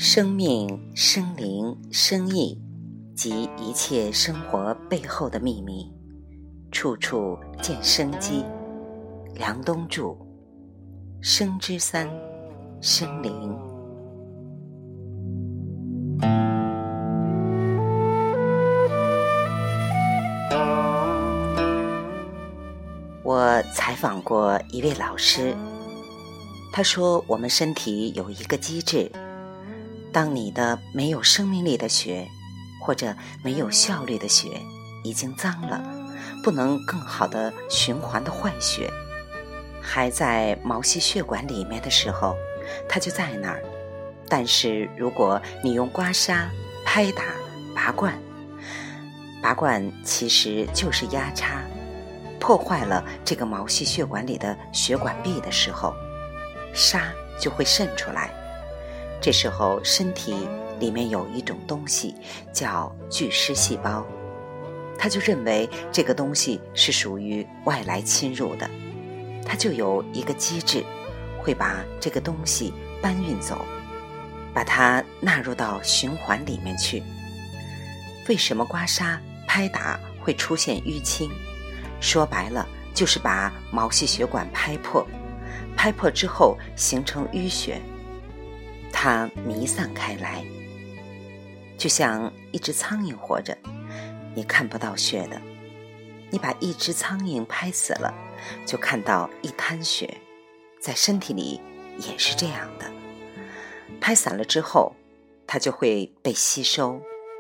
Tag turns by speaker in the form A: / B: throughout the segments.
A: 生命、生灵、生意及一切生活背后的秘密，处处见生机。梁冬著，生之三，生灵。我采访过一位老师，他说我们身体有一个机制，当你的没有生命力的血或者没有效率的血已经脏了，不能更好的循环的坏血还在毛细血管里面的时候，它就在那儿。但是如果你用刮痧、拍打、拔罐其实就是压插，破坏了这个毛细血管里的血管壁的时候，痧就会渗出来。这时候身体里面有一种东西叫巨噬细胞，他就认为这个东西是属于外来侵入的，它就有一个机制会把这个东西搬运走，把它纳入到循环里面去。为什么刮痧、拍打会出现淤青？说白了就是把毛细血管拍破之后形成淤血，它弥散开来，就像一只苍蝇活着，你看不到血的。你把一只苍蝇拍死了，就看到一滩血，在身体里也是这样的。拍散了之后，它就会被吸收。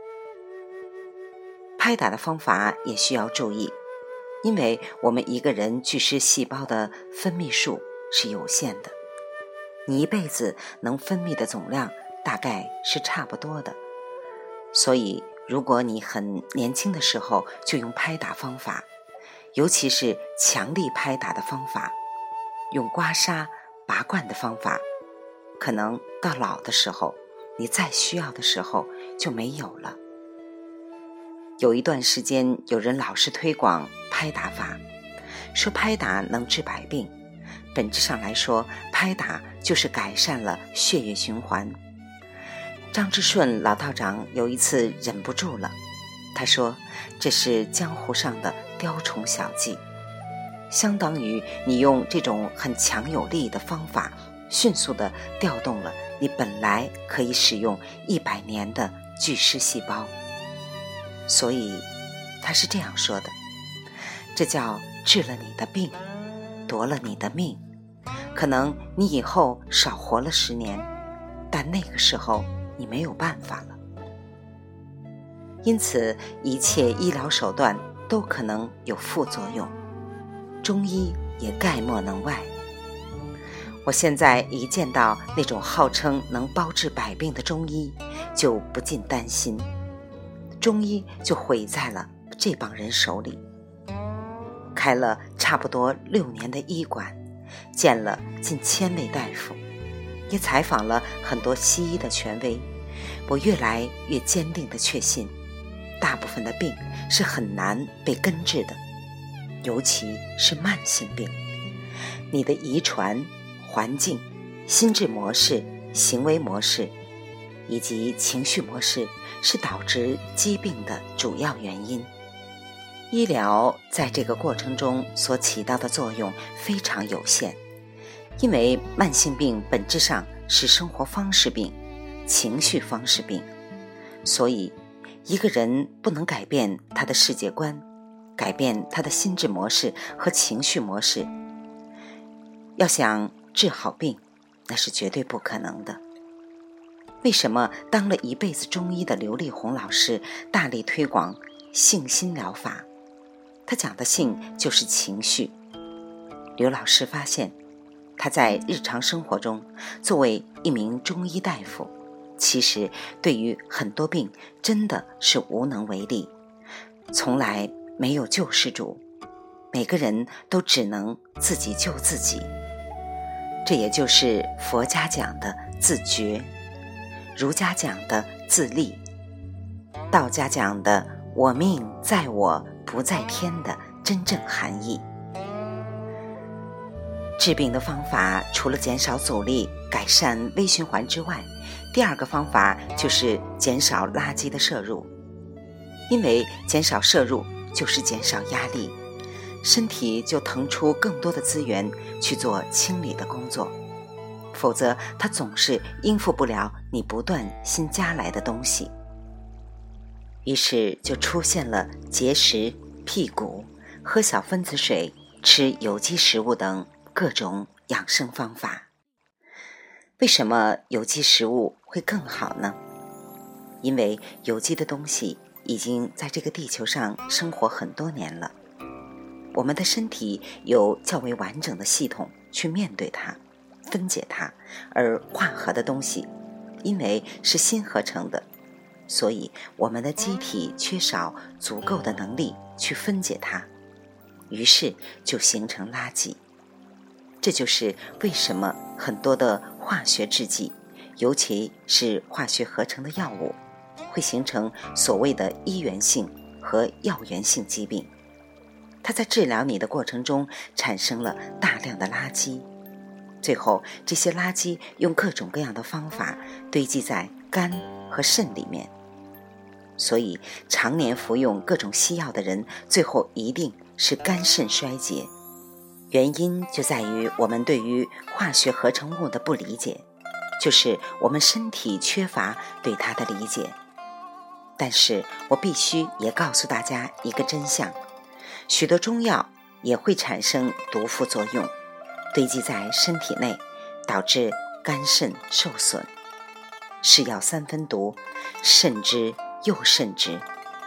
A: 拍打的方法也需要注意，因为我们一个人巨噬细胞的分泌数是有限的，你一辈子能分泌的总量大概是差不多的。所以如果你很年轻的时候就用拍打方法，尤其是强力拍打的方法，用刮痧、拔罐的方法，可能到老的时候，你再需要的时候就没有了。有一段时间有人老是推广拍打法，说拍打能治百病，本质上来说，拍打就是改善了血液循环。张之顺老道长有一次忍不住了，他说这是江湖上的雕虫小技，相当于你用这种很强有力的方法迅速地调动了你本来可以使用100年的巨噬细胞。所以他是这样说的，这叫治了你的病，夺了你的命。可能你以后少活了10年，但那个时候你没有办法了。因此一切医疗手段都可能有副作用，中医也概莫能外。我现在一见到那种号称能包治百病的中医，就不禁担心，中医就毁在了这帮人手里。开了差不多6年的医馆，见了近1000位大夫，也采访了很多西医的权威，我越来越坚定地确信，大部分的病是很难被根治的，尤其是慢性病。你的遗传、环境、心智模式、行为模式以及情绪模式是导致疾病的主要原因。医疗在这个过程中所起到的作用非常有限，因为慢性病本质上是生活方式病、情绪方式病，所以一个人不能改变他的世界观，改变他的心智模式和情绪模式，要想治好病，那是绝对不可能的。为什么当了一辈子中医的刘丽红老师大力推广性心疗法？他讲的性就是情绪。刘老师发现，他在日常生活中作为一名中医大夫，其实对于很多病真的是无能为力，从来没有救世主，每个人都只能自己救自己。这也就是佛家讲的自觉，儒家讲的自立，道家讲的我命在我不在天的真正含义。治病的方法除了减少阻力、改善微循环之外， 第二个方法就是减少垃圾的摄入，因为减少摄入就是减少压力，身体就腾出更多的资源去做清理的工作，否则它总是应付不了你不断新加来的东西。于是就出现了节食、辟谷、喝小分子水、吃有机食物等各种养生方法。为什么有机食物会更好呢？因为有机的东西已经在这个地球上生活很多年了，我们的身体有较为完整的系统去面对它、分解它，而化合的东西因为是新合成的，所以我们的机体缺少足够的能力去分解它，于是就形成垃圾。这就是为什么很多的化学制剂，尤其是化学合成的药物，会形成所谓的医源性和药源性疾病。它在治疗你的过程中产生了大量的垃圾，最后这些垃圾用各种各样的方法堆积在肝和肾里面。所以常年服用各种西药的人，最后一定是肝肾衰竭。原因就在于我们对于化学合成物的不理解，就是我们身体缺乏对它的理解。但是我必须也告诉大家一个真相，许多中药也会产生毒副作用，堆积在身体内，导致肝肾受损。是药三分毒，慎之又慎之。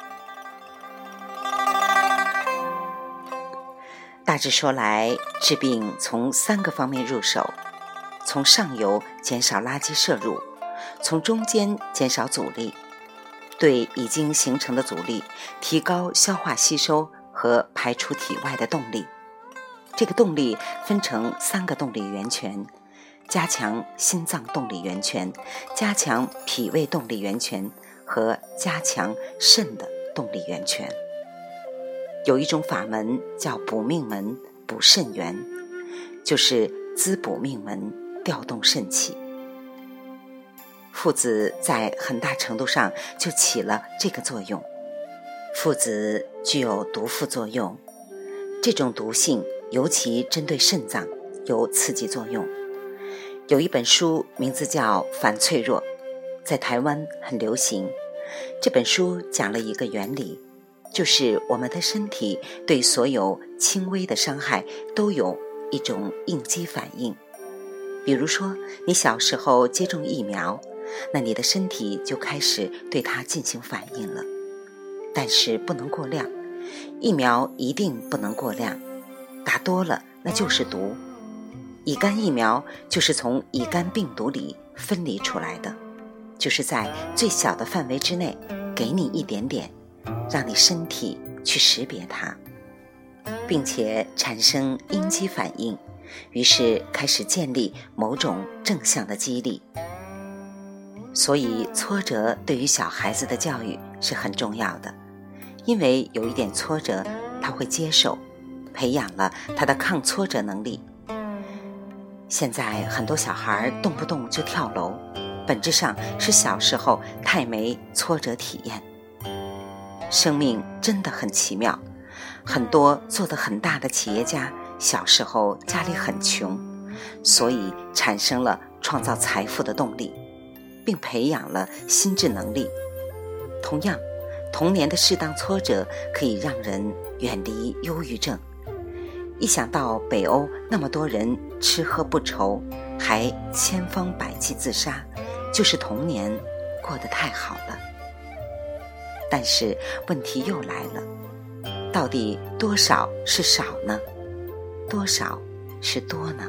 A: 大致说来，治病从3个方面入手：从上游减少垃圾摄入，从中间减少阻力，对已经形成的阻力提高消化吸收和排出体外的动力。这个动力分成3个动力源泉：加强心脏动力源泉，加强脾胃动力源泉和加强肾的动力源泉。有一种法门叫补命门、补肾元，就是滋补命门，调动肾气。附子在很大程度上就起了这个作用。附子具有毒副作用，这种毒性尤其针对肾脏有刺激作用。有一本书名字叫《反脆弱》，在台湾很流行。这本书讲了一个原理，就是我们的身体对所有轻微的伤害都有一种应激反应。比如说你小时候接种疫苗，那你的身体就开始对它进行反应了。但是不能过量，疫苗一定不能过量，打多了那就是毒。乙肝疫苗就是从乙肝病毒里分离出来的，就是在最小的范围之内给你一点点，让你身体去识别它，并且产生应激反应，于是开始建立某种正向的激励。所以挫折对于小孩子的教育是很重要的，因为有一点挫折他会接受，培养了他的抗挫折能力。现在很多小孩动不动就跳楼，本质上是小时候太没挫折体验。生命真的很奇妙，很多做得很大的企业家小时候家里很穷，所以产生了创造财富的动力，并培养了心智能力。同样，童年的适当挫折可以让人远离忧郁症。一想到北欧那么多人吃喝不愁，还千方百计自杀，就是童年过得太好了。但是问题又来了，到底多少是少呢？多少是多呢？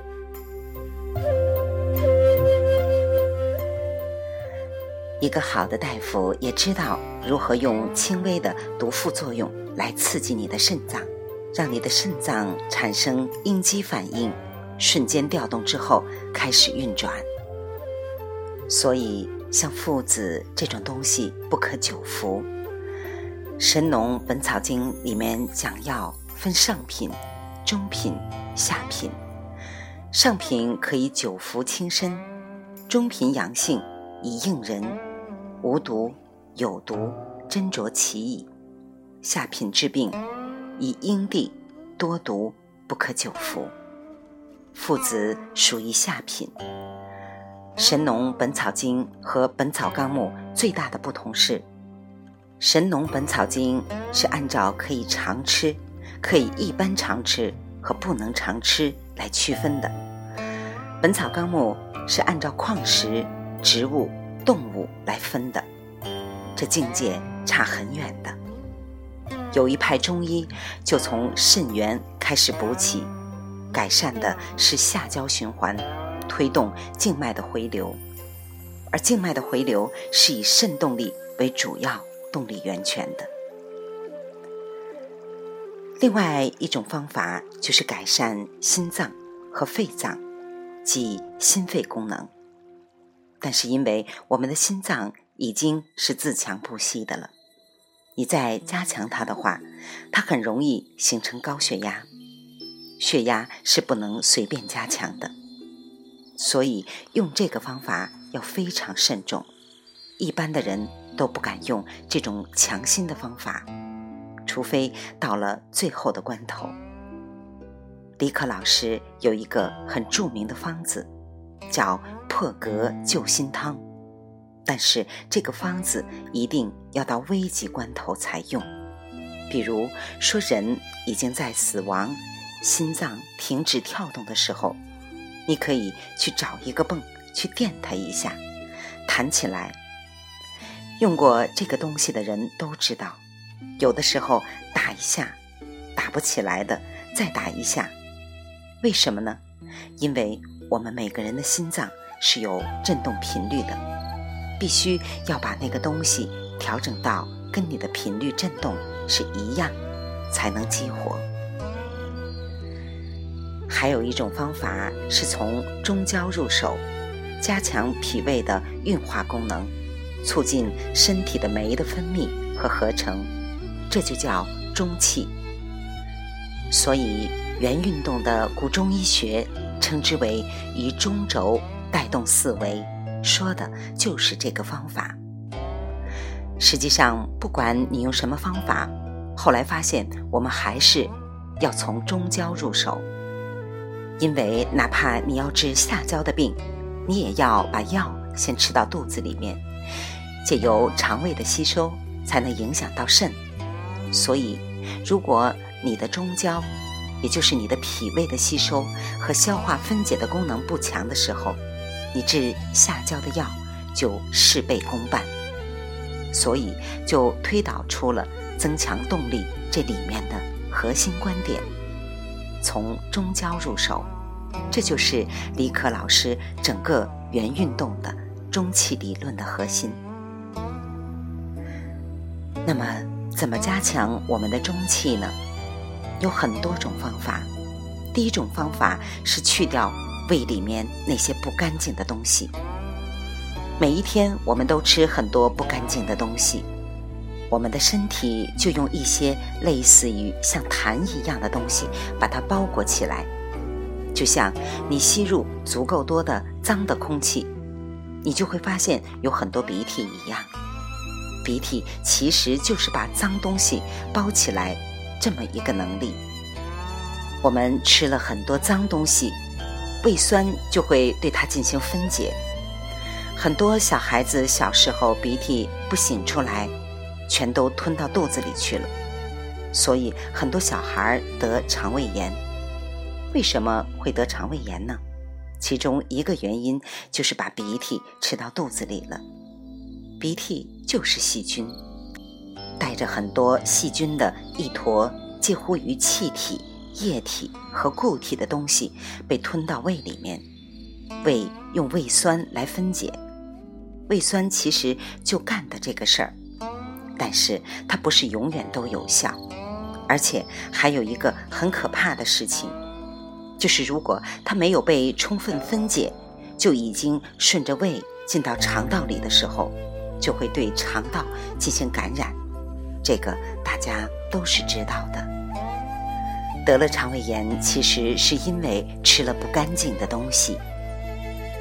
A: 一个好的大夫也知道如何用轻微的毒副作用来刺激你的肾脏，让你的肾脏产生应激反应，瞬间调动之后开始运转。所以像附子这种东西不可久服。神农本草经里面讲药分上品、中品、下品。上品可以久服轻身，中品养性以应人，无毒有毒，斟酌其意。下品治病，以应地，多毒不可久服。附子属于下品。神农本草经和本草纲目最大的不同是，神农本草经是按照可以常吃、可以一般常吃和不能常吃来区分的，本草纲目是按照矿石、植物、动物来分的，这境界差很远的。有一派中医就从肾源开始补起，改善的是下焦循环，推动静脉的回流，而静脉的回流是以肾动力为主要动力源泉的。另外一种方法就是改善心脏和肺脏，即心肺功能。但是因为我们的心脏已经是自强不息的了，你再加强它的话，它很容易形成高血压，血压是不能随便加强的，所以用这个方法要非常慎重，一般的人都不敢用这种强心的方法，除非到了最后的关头。李可老师有一个很著名的方子，叫破格救心汤，但是这个方子一定要到危急关头才用，比如说人已经在死亡，心脏停止跳动的时候，你可以去找一个泵去电它一下，弹起来。用过这个东西的人都知道，有的时候打一下打不起来的，再打一下。为什么呢？因为我们每个人的心脏是有振动频率的，必须要把那个东西调整到跟你的频率振动是一样，才能激活。还有一种方法是从中焦入手，加强脾胃的运化功能，促进身体的酶的分泌和合成，这就叫中气。所以原运动的古中医学称之为以中轴带动四维，说的就是这个方法。实际上不管你用什么方法，后来发现我们还是要从中焦入手，因为哪怕你要治下焦的病，你也要把药先吃到肚子里面，借由肠胃的吸收才能影响到肾。所以如果你的中焦，也就是你的脾胃的吸收和消化分解的功能不强的时候，你治下焦的药就事倍功半。所以就推导出了增强动力这里面的核心观点，从中焦入手，这就是李可老师整个原运动的中气理论的核心。那么怎么加强我们的中气呢？有很多种方法。第一种方法是去掉胃里面那些不干净的东西。每一天我们都吃很多不干净的东西，我们的身体就用一些类似于像痰一样的东西把它包裹起来，就像你吸入足够多的脏的空气，你就会发现有很多鼻涕一样。鼻涕其实就是把脏东西包起来这么一个能力。我们吃了很多脏东西，胃酸就会对它进行分解。很多小孩子小时候鼻涕不擤出来，全都吞到肚子里去了，所以很多小孩得肠胃炎。为什么会得肠胃炎呢？其中一个原因就是把鼻涕吃到肚子里了。鼻涕就是细菌，带着很多细菌的一坨介乎于气体、液体和固体的东西被吞到胃里面，胃用胃酸来分解。胃酸其实就干的这个事儿，但是它不是永远都有效，而且还有一个很可怕的事情，就是如果它没有被充分分解，就已经顺着胃进到肠道里的时候，就会对肠道进行感染，这个大家都是知道的。得了肠胃炎其实是因为吃了不干净的东西。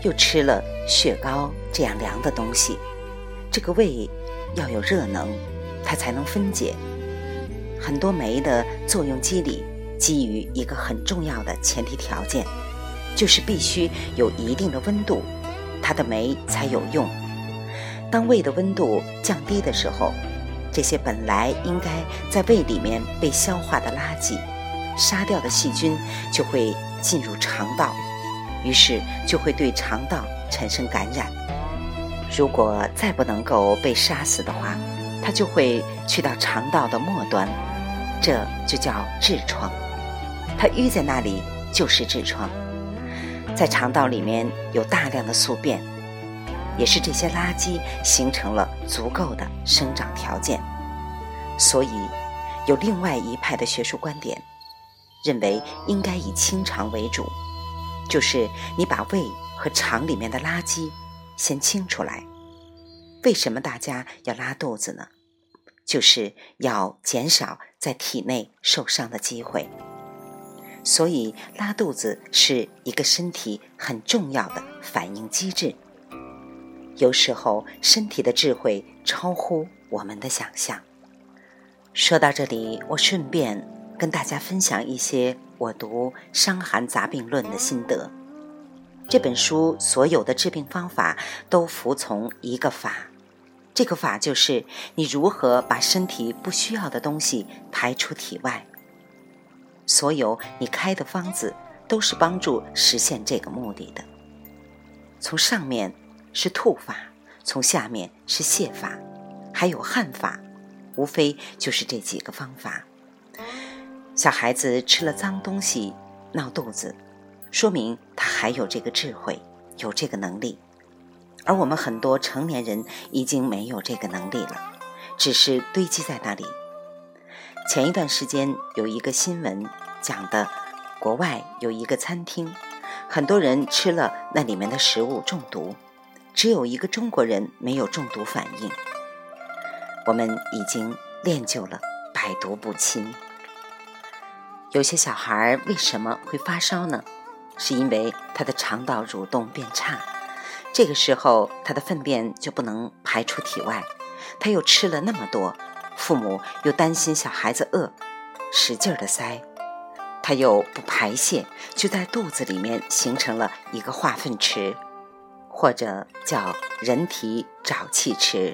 A: 又吃了雪糕这样凉的东西，这个胃要有热能，它才能分解。很多酶的作用机理基于一个很重要的前提条件，就是必须有一定的温度，它的酶才有用。当胃的温度降低的时候，这些本来应该在胃里面被消化的垃圾、杀掉的细菌就会进入肠道，于是就会对肠道产生感染。如果再不能够被杀死的话，它就会去到肠道的末端，这就叫痔疮。它淤在那里就是痔疮。在肠道里面有大量的宿便，也是这些垃圾形成了足够的生长条件。所以有另外一派的学术观点认为应该以清肠为主，就是你把胃和肠里面的垃圾先清出来。为什么大家要拉肚子呢？就是要减少在体内受伤的机会。所以拉肚子是一个身体很重要的反应机制。有时候身体的智慧超乎我们的想象。说到这里，我顺便跟大家分享一些我读《伤寒杂病论》的心得。这本书所有的治病方法都服从一个法，这个法就是你如何把身体不需要的东西排出体外。所有你开的方子都是帮助实现这个目的的。从上面是吐法，从下面是泻法，还有汗法，无非就是这几个方法。小孩子吃了脏东西闹肚子，说明他还有这个智慧，有这个能力。而我们很多成年人已经没有这个能力了，只是堆积在那里。前一段时间有一个新闻讲的，国外有一个餐厅，很多人吃了那里面的食物中毒，只有一个中国人没有中毒反应。我们已经练就了百毒不侵。有些小孩为什么会发烧呢？是因为他的肠道蠕动变差，这个时候他的粪便就不能排出体外，他又吃了那么多，父母又担心小孩子饿，使劲的塞，他又不排泄，就在肚子里面形成了一个化粪池，或者叫人体沼气池。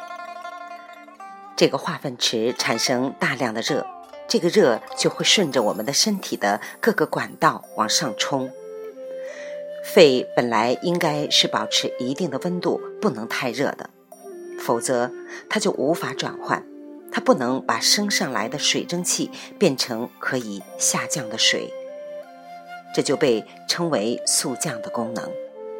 A: 这个化粪池产生大量的热，这个热就会顺着我们的身体的各个管道往上冲。肺本来应该是保持一定的温度，不能太热的，否则它就无法转换，它不能把升上来的水蒸气变成可以下降的水，这就被称为速降的功能。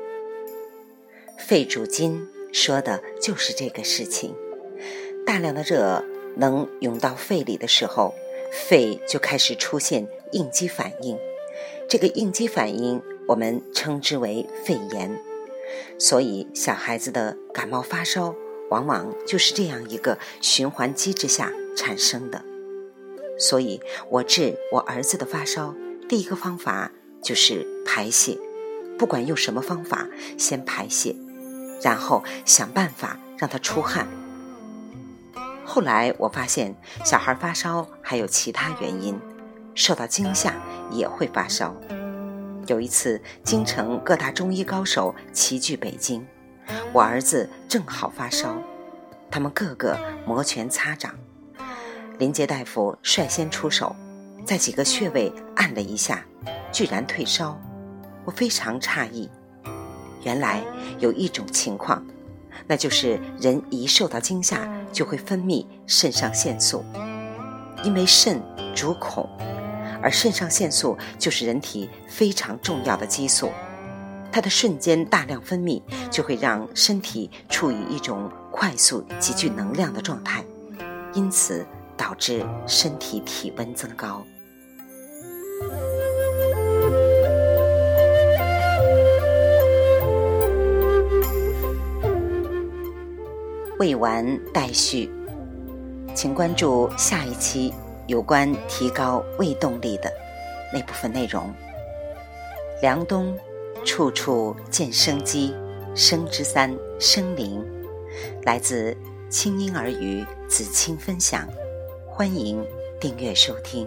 A: 肺主筋说的就是这个事情。大量的热能涌到肺里的时候，肺就开始出现应激反应，这个应激反应我们称之为肺炎。所以小孩子的感冒发烧往往就是这样一个循环机制下产生的。所以我治我儿子的发烧，第一个方法就是排泄，不管用什么方法，先排泄，然后想办法让他出汗。后来我发现小孩发烧还有其他原因，受到惊吓也会发烧。有一次京城各大中医高手齐聚北京，我儿子正好发烧，他们个个摩拳擦掌。林杰大夫率先出手，在几个穴位按了一下，居然退烧。我非常诧异，原来有一种情况，那就是人一受到惊吓就会分泌肾上腺素，因为肾主恐，而肾上腺素就是人体非常重要的激素，它的瞬间大量分泌就会让身体处于一种快速极具能量的状态，因此导致身体体温增高。未完待续，请关注下一期有关提高胃动力的那部分内容。凉冬处处见生机，生之三，生灵。来自清音儿语子清分享，欢迎订阅收听。